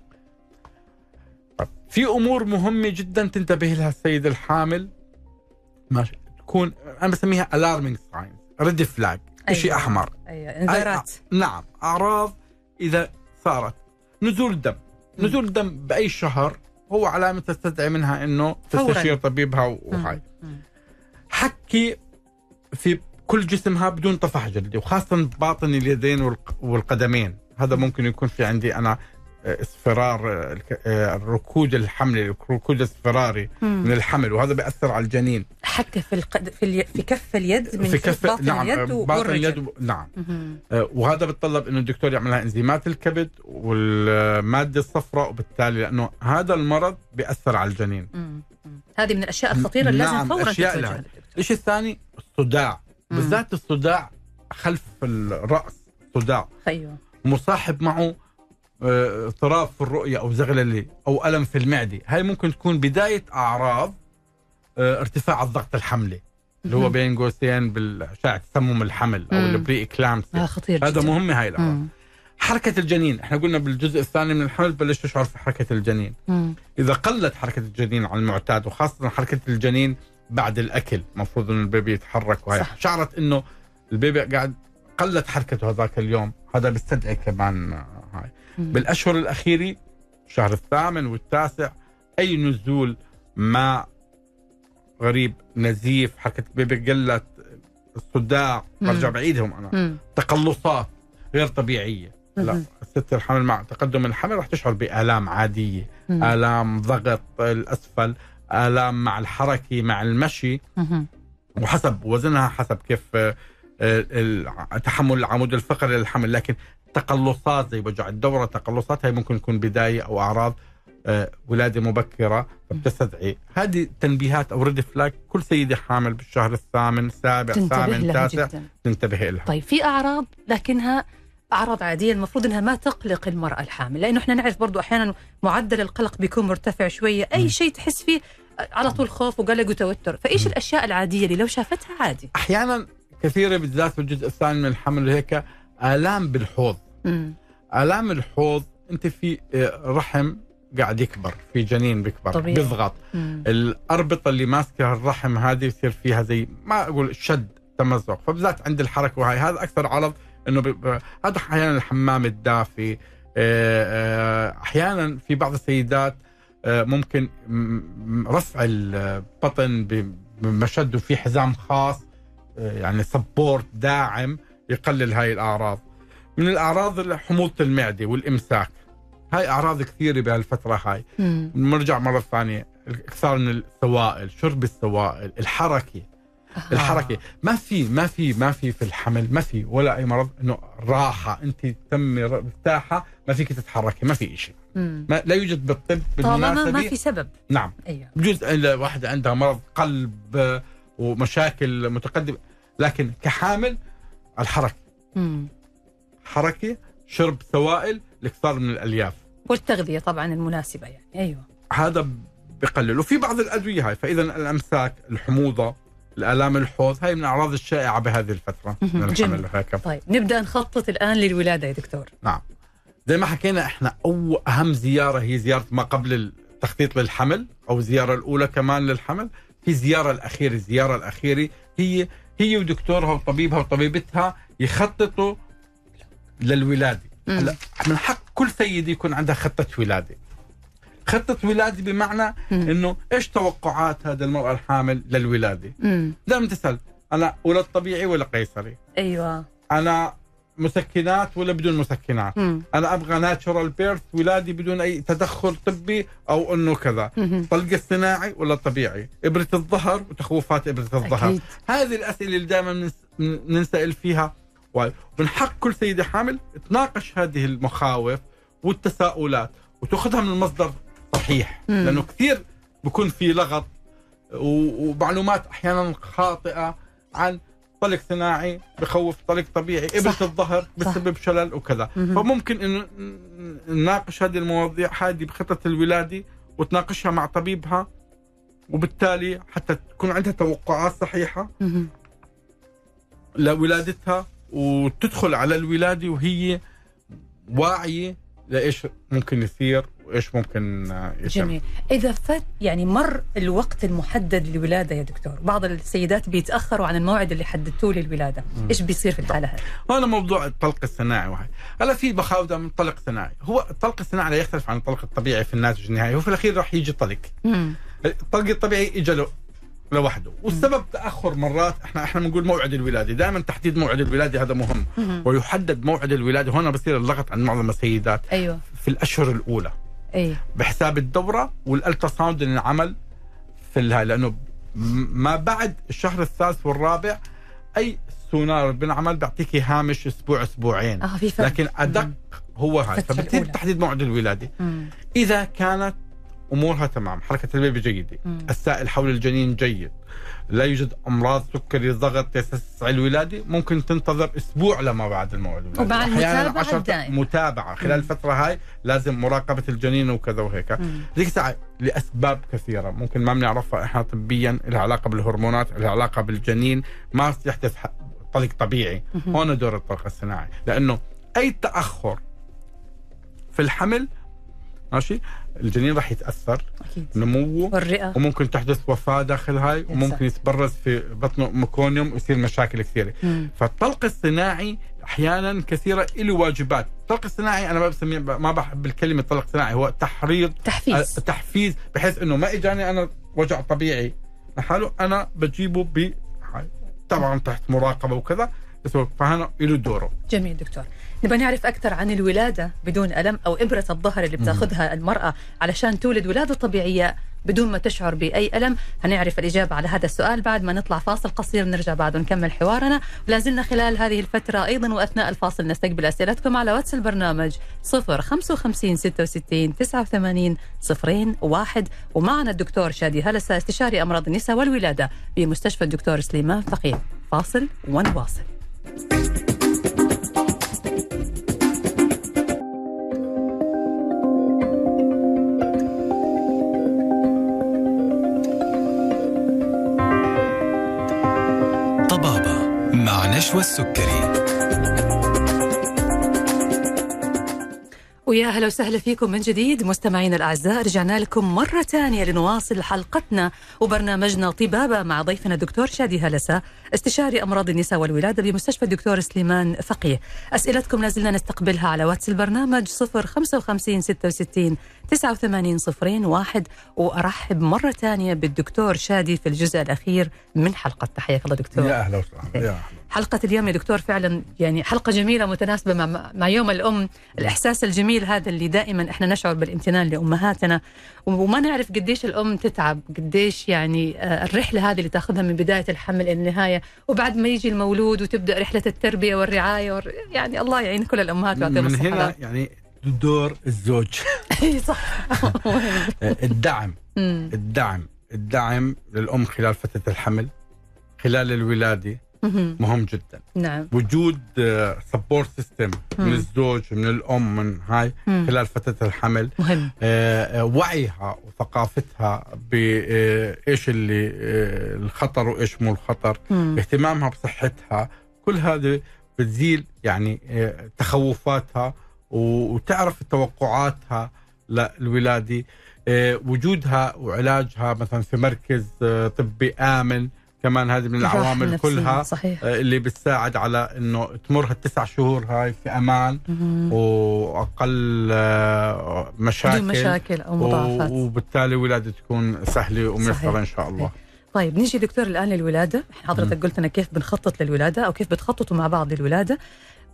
[SPEAKER 3] في أمور مهمة جدا تنتبه لها السيدة الحامل، ماشي تكون أنا بسميها alarming signs، ريد فلاج،
[SPEAKER 2] أيوة.
[SPEAKER 3] شيء أحمر.
[SPEAKER 2] أيوة. انذارات.
[SPEAKER 3] أي... نعم، أعراض إذا صارت نزول دم. مم. نزول دم بأي شهر هو علامة تستدعي منها إنه تستشير طبيبها وهاي. حكي في كل جسمها بدون طفح جلدي، وخاصة باطن اليدين والقدمين. هذا ممكن يكون في عندي أنا اصفرار الركود الحمل، الركود الاصفراري من الحمل، وهذا بيأثر على الجنين.
[SPEAKER 2] حكة في القد... في, الي... في كف اليد من
[SPEAKER 3] في كف
[SPEAKER 2] باطن
[SPEAKER 3] نعم
[SPEAKER 2] اليد
[SPEAKER 3] باطن اليد و... نعم. آه وهذا بتطلب إنه الدكتور يعملها إنزيمات الكبد والمادة الصفراء، وبالتالي لأنه هذا المرض بيأثر على الجنين.
[SPEAKER 2] مم. هذه من الأشياء الخطيرة اللي
[SPEAKER 3] نعم.
[SPEAKER 2] لازم فورا
[SPEAKER 3] تتوجه. الشيء الثاني الصداع، بالذات الصداع خلف الرأس، صداع
[SPEAKER 2] أيوة.
[SPEAKER 3] مصاحب معه اضطراب في الرؤية أو زغللة أو ألم في المعدة. هاي ممكن تكون بداية أعراض ارتفاع الضغط الحملي اللي هو بين قوسين بالأشعة تسمم الحمل أو البري إكلامسيا. هذا مهم. هاي الأعراض. حركة الجنين، احنا قلنا بالجزء الثاني من الحمل بلش تشعر في حركة الجنين. مم. إذا قلت حركة الجنين عن المعتاد، وخاصة حركة الجنين بعد الأكل، مفروض إنه البيبي يتحرك، وهي شعرت إنه البيبي قاعد قلت حركته هذاك اليوم، هذا بيستدعي كمان هاي. مم. بالأشهر الأخيرة الشهر الثامن والتاسع أي نزول ماء غريب، نزيف، حركة البيبي قلت، الصداع، برجع بعيدهم أنا. مم. تقلصات غير طبيعية. مم. لا، الست الحمل مع تقدم الحمل راح تشعر بآلام عادية. مم. آلام ضغط الأسفل، آلام مع الحركة مع المشي. مم. وحسب وزنها، حسب كيف تحمل العمود الفقري للحمل. لكن تقلصات زي وجع الدورة، تقلصات هي ممكن تكون بداية أو أعراض ولادة مبكرة، فبتستدعي هذه تنبيهات أو ريد فلاج. كل سيدة حامل بالشهر الثامن سابع ثامن تاسع تنتبه لها.
[SPEAKER 2] طيب في أعراض لكنها أعراض عادية المفروض أنها ما تقلق المرأة الحامل، لأنه إحنا نعرف برضو أحيانا معدل القلق بيكون مرتفع شوية، أي شيء تحس فيه على طول خوف وقلق وتوتر. فإيش م. الأشياء العادية اللي لو شافتها عادي؟
[SPEAKER 3] أحيانا كثيرة بالذات بالجزء الثاني من الحمل هيك آلام بالحوض. م. آلام الحوض، أنت في رحم قاعد يكبر، في جنين بيكبر بيضغط، الأربطة اللي ماسكة الرحم هذه يصير فيها زي ما أقول شد، تمزق، فبالذات عند الحركة، وهي هذا أكثر عرض إنه ب... هذا أحيانا الحمام الدافي. أحيانا في بعض السيدات ممكن رفع البطن بمشد وفي حزام خاص، يعني سبورت داعم يقلل هاي الأعراض. من الأعراض حموضة المعدة والإمساك، هاي أعراض كثيرة بهالفترة هاي. نرجع مرة ثانية، الإكثار من السوائل، شرب السوائل، الحركة. آه. الحركة ما في ما في ما في في الحمل، ما في ولا أي مرض إنه راحة، أنت تمي مرتاحة ما فيك تتحركي، ما في إشي. ما لا يوجد بالطب بالمناسبة
[SPEAKER 2] ما في سبب.
[SPEAKER 3] نعم.
[SPEAKER 2] أيوة.
[SPEAKER 3] بجوز واحدة عندها مرض قلب ومشاكل متقدمة، لكن كحامل الحركة. مم. حركة، شرب سوائل، الاكثار من الألياف
[SPEAKER 2] والتغذية طبعا المناسبة يعني. أيوة.
[SPEAKER 3] هذا بقلل. وفي بعض الأدوية هاي. فإذا الأمساك، الحموضة، الآلام الحوض، هاي من الأعراض الشائعة بهذه الفترة من الحمل.
[SPEAKER 2] طيب نبدأ نخطط الآن للولادة يا دكتور.
[SPEAKER 3] نعم، زي ما حكينا احنا أو أهم زيارة هي زيارة ما قبل التخطيط للحمل، أو الزيارة الأولى كمان للحمل. في زيارة الأخيرة، الزيارة الأخيرة هي هي ودكتورها وطبيبها وطبيبتها يخططوا للولادة. هلا من حق كل سيدة يكون عندها خطة ولادة. خطة ولادة بمعنى مم. إنه إيش توقعات هذا المرأة الحامل للولادة. دائما تسأل أنا ولد طبيعي ولا قيصري؟
[SPEAKER 2] أيوة.
[SPEAKER 3] أنا مسكنات ولا بدون مسكنات.
[SPEAKER 2] مم.
[SPEAKER 3] انا ابغى ناتشورال بيرث، ولادي بدون اي تدخل طبي او انه كذا.
[SPEAKER 2] مم.
[SPEAKER 3] طلق الصناعي ولا طبيعي؟ ابره الظهر وتخوفات ابره الظهر.
[SPEAKER 2] أكيد.
[SPEAKER 3] هذه الاسئله اللي دائما ننسال فيها، ومن حق كل سيده حامل تناقش هذه المخاوف والتساؤلات وتاخذها من المصدر صحيح. مم. لانه كثير بكون في لغط ومعلومات احيانا خاطئه عن طلق صناعي بخوف طلق طبيعي، ابره الظهر بسبب شلل وكذا. مم. فممكن انه نناقش هذه المواضيع هذه بخطه الولاده وتناقشها مع طبيبها، وبالتالي حتى تكون عندها توقعات صحيحه مم. لولادتها، وتدخل على الولاده وهي واعيه لايش ممكن يصير وايش ممكن يتم.
[SPEAKER 2] جميل. اذا فات يعني مر الوقت المحدد للولاده يا دكتور، بعض السيدات بيتاخروا عن الموعد اللي حددتوه للولاده، م. ايش بيصير في الحاله هذه؟
[SPEAKER 3] هذا موضوع الطلق الصناعي. وهي هلا في مخاوف من الطلق الصناعي. هو الطلق الصناعي لا يختلف عن الطلق الطبيعي في الناتج النهائي، هو في الاخير راح يجي طلق. م. الطلق الطبيعي اجى له لوحده، والسبب تاخر مرات احنا احنا بنقول موعد الولاده، دائما تحديد موعد الولاده هذا مهم. م. ويحدد موعد الولاده، هنا بصير اللغط عند معظم السيدات.
[SPEAKER 2] ايوه.
[SPEAKER 3] في الاشهر الاولى.
[SPEAKER 2] أيه.
[SPEAKER 3] بحساب الدورة والالتراساوند اللي انعمل في الهاي، لأنه ما بعد الشهر الثالث والرابع أي سونار بنعمل بيعطيكي هامش أسبوع أسبوعين.
[SPEAKER 2] آه
[SPEAKER 3] لكن أدق مم. هو هاي، فبالتالي تحديد موعد الولادة. مم. إذا كانت أمورها تمام، حركة البيبي جيدة، مم. السائل حول الجنين جيد، لا يوجد أمراض سكري ضغط يسرع الولادة، ممكن تنتظر أسبوع لما بعد الموعد الولادة.
[SPEAKER 2] وبعد المتابعة الدائمة.
[SPEAKER 3] متابعة خلال الفترة هاي لازم مراقبة الجنين وكذا وهيك. ذيك الساعة لأسباب كثيرة ممكن ما بنعرفها إحنا طبيا، لها علاقة بالهرمونات، لها علاقة بالجنين، ما يحدث طلق طبيعي. هون دور الطلق الصناعي، لأنه أي تأخر في الحمل ماشي الجنين راح يتأثر أكيد. نموه
[SPEAKER 2] والرئة،
[SPEAKER 3] وممكن تحدث وفاة داخل هاي، وممكن يتبرز في بطنه ميكونيوم ويصير مشاكل كثيرة. مم. فالطلق الصناعي أحيانا كثيرة له واجبات. الطلق الصناعي أنا ما بسميه، ما بحب الكلمة طلق صناعي، هو تحريض
[SPEAKER 2] تحفيز
[SPEAKER 3] أه تحفيز بحيث إنه ما إجاني أنا وجع طبيعي لحاله، أنا بجيبه ب طبعا تحت مراقبة وكذا، فهنا له دوره.
[SPEAKER 2] جميل دكتور. نبغى نعرف أكثر عن الولادة بدون ألم، أو إبرة الظهر اللي بتاخذها المرأة علشان تولد ولادة طبيعية بدون ما تشعر بأي ألم. هنعرف الإجابة على هذا السؤال بعد ما نطلع فاصل قصير، نرجع بعد ونكمل حوارنا. ولازلنا خلال هذه الفترة أيضا وأثناء الفاصل نستقبل أسئلتكم على واتس البرنامج صفر خمسة وخمسين ستة وستين تسعة وثمانين صفرين واحد. ومعنا الدكتور شادي هلسة، استشاري أمراض النساء والولادة بمستشفى الدكتور سليمان فقيه. فاصل ونواصل.
[SPEAKER 1] طبابة مع نشوى السكري.
[SPEAKER 2] ويا هلا وسهلا فيكم من جديد مستمعين الأعزاء. رجعنا لكم مرة ثانية لنواصل حلقتنا وبرنامجنا طبابة مع ضيفنا الدكتور شادي هلسة، استشاري أمراض النساء والولادة بمستشفى الدكتور سليمان فقيه. أسئلتكم لازلنا نستقبلها على واتس البرنامج صفر خمسة وخمسين ستة وستين تسعة وثمانين صفرين واحد. وأرحب مرة ثانية بالدكتور شادي في الجزء الأخير من حلقة. تحياك الله دكتور.
[SPEAKER 3] يا أهلا وسهلا. يا
[SPEAKER 2] حلقة اليوم يا دكتور فعلا يعني حلقة جميلة متناسبة مع, مع يوم الأم، الإحساس الجميل هذا اللي دائما إحنا نشعر بالامتنان لأمهاتنا، وما نعرف قديش الأم تتعب، قديش يعني الرحلة هذه اللي تأخذها من بداية الحمل إلى النهاية، وبعد ما يجي المولود وتبدأ رحلة التربية والرعاية والر... يعني الله يعين كل الأمهات ويعطيهم الصحة.
[SPEAKER 3] من هنا يعني دور الزوج.
[SPEAKER 2] صح.
[SPEAKER 3] الدعم الدعم الدعم للأم خلال فترة الحمل، خلال الولادة مهم جدا.
[SPEAKER 2] نعم.
[SPEAKER 3] وجود سبورت سيستم من الزوج من الأم من هاي مم. خلال فترة الحمل
[SPEAKER 2] مهم.
[SPEAKER 3] آه وعيها وثقافتها بإيش اللي آه الخطر وإيش مو الخطر، مم. اهتمامها بصحتها، كل هذا بتزيل يعني آه تخوفاتها وتعرف توقعاتها للولادة. آه وجودها وعلاجها مثلا في مركز آه طبي آمن كمان، هذه من العوامل كلها
[SPEAKER 2] صحيح.
[SPEAKER 3] اللي بتساعد على انه تمر هالتسع شهور هاي في امان مم. واقل مشاكل
[SPEAKER 2] بدون مشاكل او مضاعفات،
[SPEAKER 3] وبالتالي الولاده تكون سهله وميسره ان شاء الله.
[SPEAKER 2] طيب نيجي دكتور الان للولاده. حضرتك قلت لنا كيف بنخطط للولاده او كيف بتخططوا مع بعض للولاده.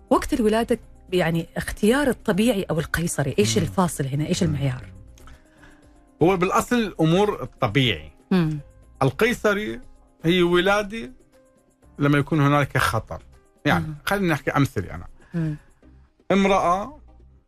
[SPEAKER 2] وقت الولادة يعني اختيار الطبيعي أو القيصري، إيش مم. الفاصل هنا؟ إيش المعيار؟
[SPEAKER 3] هو بالأصل الأمور الطبيعي. مم. القيصري هي ولادة لما يكون هنالك خطر. يعني مم. خلينا نحكي أمثلة. أنا مم. امرأة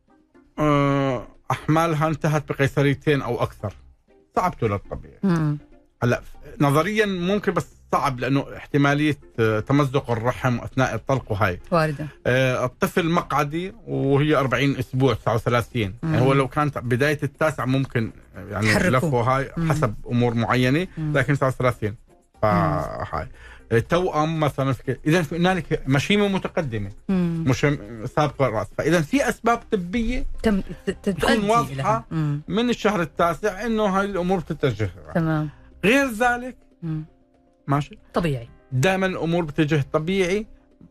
[SPEAKER 3] أحمالها انتهت بقيصريتين أو أكثر، صعب تولد طبيعي. هلا نظريا ممكن، بس صعب لأنه احتمالية تمزق الرحم أثناء الطلق وهاي
[SPEAKER 2] واردة.
[SPEAKER 3] آه الطفل مقعدي وهي أربعين أسبوع تسعة وثلاثين، يعني هو لو كانت بداية التاسع ممكن يعني لفه هاي حسب أمور معينة، لكن تسعة وثلاثين فهاي توأم مثلا. إذا هنالك مشيمة متقدمة مم. مش سابقة الرأس، فإذا في أسباب طبية
[SPEAKER 2] تم
[SPEAKER 3] تكون واضحة من الشهر التاسع إنه هاي الأمور بتتجه.
[SPEAKER 2] تمام.
[SPEAKER 3] غير ذلك مم. ماشي
[SPEAKER 2] طبيعي،
[SPEAKER 3] دائما الأمور بتتجه طبيعي.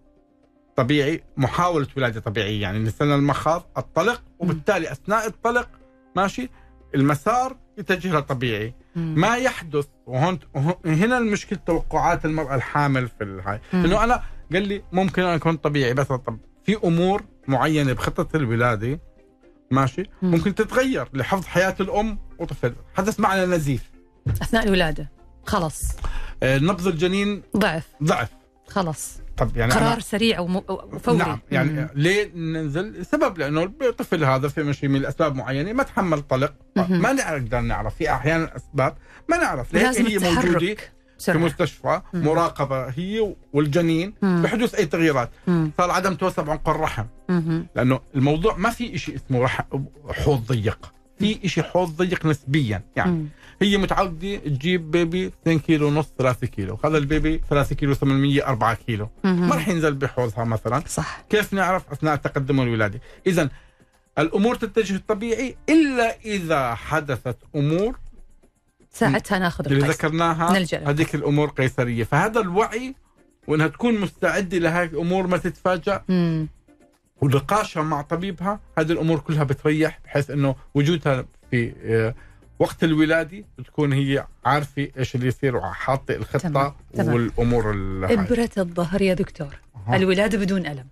[SPEAKER 3] طبيعي محاولة ولادة طبيعية، يعني نستنى المخاض الطلق، وبالتالي أثناء الطلق ماشي المسار يتجه طبيعي. مم. ما يحدث وهون هنا المشكلة توقعات المرأة الحامل في الهاي، إنه أنا قال لي ممكن أن أكون طبيعي، بس طب في أمور معينة بخطة الولادة ماشي مم. ممكن تتغير لحفظ حياة الأم وطفل. حدث معنا نزيف
[SPEAKER 2] أثناء الولادة، خلص
[SPEAKER 3] آه نبض الجنين
[SPEAKER 2] ضعف
[SPEAKER 3] ضعف
[SPEAKER 2] خلص.
[SPEAKER 3] طب يعني
[SPEAKER 2] قرار سريع وفوري.
[SPEAKER 3] نعم، يعني مم. ليه ننزل؟ سبب لأنه الطفل هذا في مشي من الأسباب معينة ما تحمل طلق، مم. ما نقدر نعرف، في أحيانا أسباب ما نعرف. ليه هي موجودة في مستشفى مم. مراقبة هي والجنين مم. بحدوث أي تغييرات، مم. صار عدم توسع عنق الرحم، مم. لأنه الموضوع ما في إشي اسمه رحم حوض ضيق، في إشي حوض ضيق نسبيا. يعني مم. هي متعودة تجيب بيبي اثنين كيلو ونص ثلاثة كيلو، هذا البيبي ثلاثة كيلو ثمانمية أربعة كيلو، ما رح ينزل بحوضها مثلا.
[SPEAKER 2] صح.
[SPEAKER 3] كيف نعرف أثناء تقدم الولادة؟ إذن الأمور تتجه الطبيعي إلا إذا حدثت أمور
[SPEAKER 2] ساعتها ناخذ
[SPEAKER 3] اللي ذكرناها، هذيك الأمور قيصرية. فهذا الوعي وأنها تكون مستعدة لهذه الأمور، ما تتفاجأ مم. ونقاشها مع طبيبها، هذه الأمور كلها بتريح، بحيث أنه وجودها في وقت الولادة بتكون هي عارفة إيش اللي يصير وحاطة الخطة. تمام. تمام. والأمور
[SPEAKER 2] إبرة الظهر يا دكتور، أه. الولادة بدون ألم،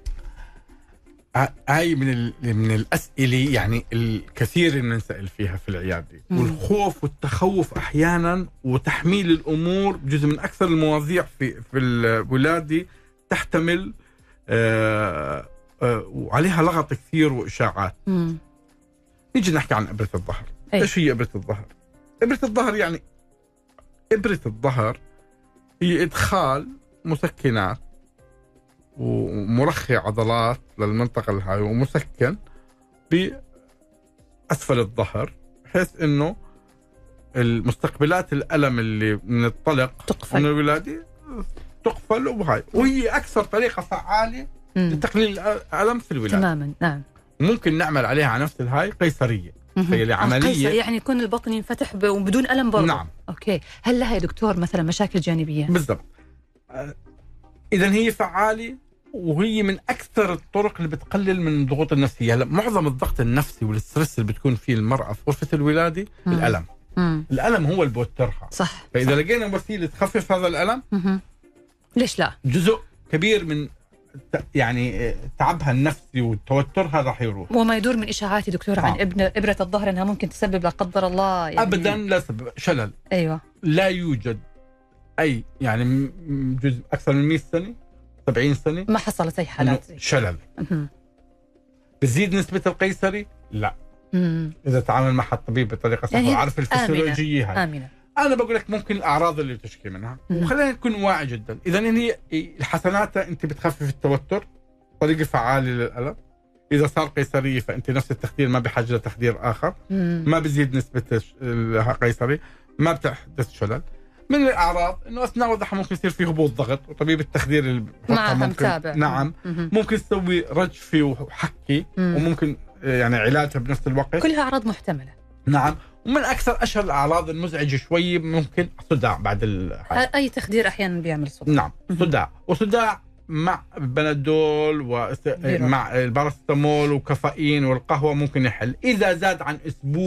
[SPEAKER 3] هاي من من الأسئلة يعني الكثير اللي نسأل فيها في العيادة. مم. والخوف والتخوف أحيانا وتحميل الأمور جزء من أكثر المواضيع في في الولادة، تحتمل آه آه وعليها لغط كثير وإشاعات. مم. نيجي نحكي عن إبرة الظهر. أي. إيش هي إبرة الظهر؟ إبرة الظهر يعني إبرة الظهر هي إدخال مسكنات ومرخي عضلات للمنطقة الهاي ومسكن بأسفل الظهر، بحيث إنه المستقبلات الألم اللي من الطلق
[SPEAKER 2] تقفل،
[SPEAKER 3] من الولادة تقفل، وهاي وهي أكثر طريقة فعالة لتقليل الألم في الولادة.
[SPEAKER 2] تماما. نعم.
[SPEAKER 3] ممكن نعمل عليها على نفس الهاي قيصرية، هي عملية
[SPEAKER 2] يعني يكون البطن ينفتح بدون ألم برضه.
[SPEAKER 3] نعم.
[SPEAKER 2] أوكي. هل لها يا دكتور مثلا مشاكل جانبية؟
[SPEAKER 3] بالضبط. إذن هي فعالة، وهي من أكثر الطرق اللي بتقلل من الضغوط النفسية. هلا معظم الضغط النفسي والستريس اللي بتكون فيه المرأة في غرفة الولادة مم. الألم. مم. الألم هو اللي بوترها.
[SPEAKER 2] صح.
[SPEAKER 3] فإذا
[SPEAKER 2] صح.
[SPEAKER 3] لقينا وسيلة تخفف هذا الألم، مم.
[SPEAKER 2] ليش لا؟
[SPEAKER 3] جزء كبير من يعني تعبها النفسي وتوترها راح يروح.
[SPEAKER 2] وما يدور من إشاعات دكتور عن ابن إبرة الظهر أنها ممكن تسبب لا قدر الله يعني
[SPEAKER 3] أبدا لا سبب شلل.
[SPEAKER 2] أيوة.
[SPEAKER 3] لا يوجد أي يعني جزء أكثر من مئة سنة سبعين سنة
[SPEAKER 2] ما حصلت أي حالات
[SPEAKER 3] شلل. بتزيد نسبة القيصري؟ لا. مم. إذا تعامل مع الطبيب بطريقة صح يعني وعارف الفسيولوجية هاي.
[SPEAKER 2] آمنة.
[SPEAKER 3] أنا بقول لك ممكن الأعراض اللي تشكي منها، وخلينا نكون واعي جدا. إذا هي الحسنات أنت بتخفف التوتر، طريقة فعالة للألم. إذا صار قيصرية فأنت نفس التخدير ما بحاجة لتخدير آخر، مم. ما بزيد نسبة القيصري، ما بتحدث شلل. من الأعراض إنه أثناء وضعها ممكن يصير فيه هبوط ضغط، وطبيب التخدير اللي
[SPEAKER 2] ممكن متابع.
[SPEAKER 3] نعم مم. ممكن تسوي رجفي وحكي، مم. وممكن يعني علاجها بنفس الوقت.
[SPEAKER 2] كلها أعراض محتملة.
[SPEAKER 3] نعم. ومن أكثر أشهر الأعراض المزعجة شوي ممكن صداع بعد ال...
[SPEAKER 2] أي تخدير أحيانا بيعمل صداع.
[SPEAKER 3] نعم. مم. صداع وصداع مع بنادول ومع الباراسيتامول وكافيين والقهوة ممكن يحل. إذا زاد عن أسبوع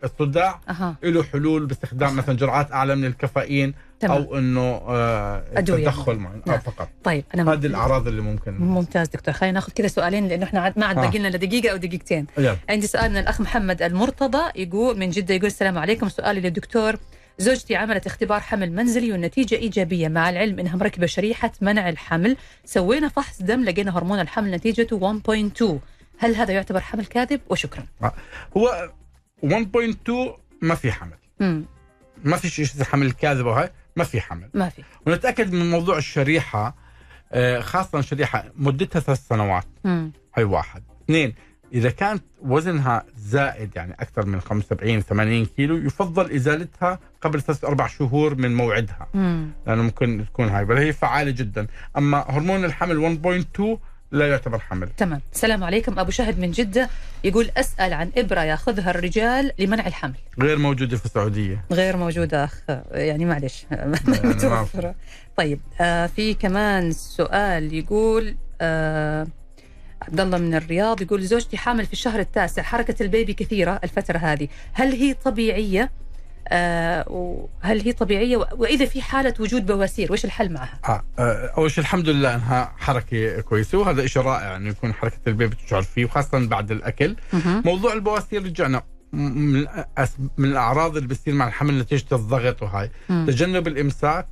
[SPEAKER 3] الصداع
[SPEAKER 2] أه.
[SPEAKER 3] له حلول باستخدام مثلا جرعات اعلى من الكافيين،
[SPEAKER 2] تمام.
[SPEAKER 3] او انه آه تدخل معي
[SPEAKER 2] نعم.
[SPEAKER 3] آه فقط.
[SPEAKER 2] طيب انا
[SPEAKER 3] هذه الاعراض اللي ممكن.
[SPEAKER 2] ممتاز دكتور، خلينا ناخذ كذا سؤالين لانه احنا ما عاد باقي لنا دقيقه او دقيقتين.
[SPEAKER 3] يلا.
[SPEAKER 2] عندي سؤال من الاخ محمد المرتضى، يقول من جده، يقول السلام عليكم، سؤالي للدكتور: زوجتي عملت اختبار حمل منزلي والنتيجه ايجابيه، مع العلم انها مركبه شريحه منع الحمل، سوينا فحص دم لقينا هرمون الحمل نتيجته واحد فاصلة اثنين، هل هذا يعتبر حمل كاذب؟ وشكرا.
[SPEAKER 3] هو واحد فاصلة اثنين ما في حمل.
[SPEAKER 2] امم
[SPEAKER 3] ما في شيء اسمه حمل كاذب، وهي ما في حمل.
[SPEAKER 2] ما في.
[SPEAKER 3] ونتاكد من موضوع الشريحه، خاصه شريحه مدتها ثلاث سنوات.
[SPEAKER 2] امم
[SPEAKER 3] هي واحد. اثنين، اذا كانت وزنها زائد يعني اكثر من خمسة وسبعين ثمانين كيلو، يفضل ازالتها قبل ثلاث اربع شهور من موعدها.
[SPEAKER 2] امم
[SPEAKER 3] لانه ممكن تكون هاي، بل هي فعاله جدا. اما هرمون الحمل واحد فاصلة اثنين لا يعتبر حمل.
[SPEAKER 2] تمام. السلام عليكم، ابو شهد من جده، يقول اسال عن ابره ياخذها الرجال لمنع الحمل.
[SPEAKER 3] غير موجوده في السعوديه.
[SPEAKER 2] غير موجوده اخ، يعني معلش متوفره. طيب آه في كمان سؤال يقول آه عبد الله من الرياض، يقول زوجتي حامل في الشهر التاسع، حركه البيبي كثيره الفتره هذه، هل هي طبيعيه؟ آه وهل هي طبيعيه؟ واذا في حاله وجود بواسير وش الحل معها؟
[SPEAKER 3] آه اول شيء الحمد لله انها حركه كويسه، وهذا شيء رائع انه يكون حركه البيبي تشعر فيه، وخاصه بعد الاكل.
[SPEAKER 2] مه. موضوع
[SPEAKER 3] البواسير رجعنا من من الاعراض اللي بتصير مع الحمل نتيجه الضغط، وهاي مم. تجنب الامساك،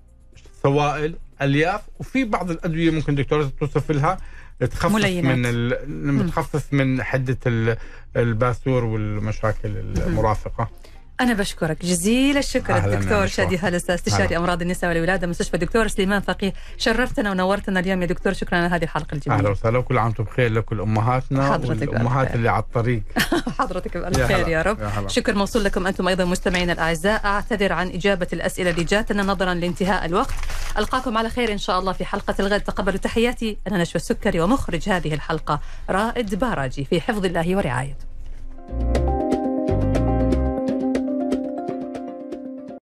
[SPEAKER 3] سوائل، الياف، وفي بعض الادويه ممكن دكتوره توصف لها تخفف ملينات. من تخفف من حده الباسور والمشاكل المرافقه.
[SPEAKER 2] أنا بشكرك جزيل الشكر الدكتور شادي هالسا، استشاري أمراض النساء والولادة، مستشفى الدكتور سليمان فقيه، شرفتنا ونورتنا اليوم يا دكتور، شكرا على هذه الحلقة الجميلة.
[SPEAKER 3] أهلا وسهلا، وكل عام وانتم بخير لكل أمهاتنا والأمهات اللي على الطريق.
[SPEAKER 2] حضرتك بألف خير يا رب. يا شكر موصول لكم أنتم أيضا مستمعينا الأعزاء، أعتذر عن إجابة الأسئلة اللي جاتنا نظرا لانتهاء الوقت. ألقاكم على خير إن شاء الله في حلقة الغد، تقبلوا تحياتي، أنا نشوى السكري، ومخرج هذه الحلقة رائد باراجي، في حفظ الله ورعايته.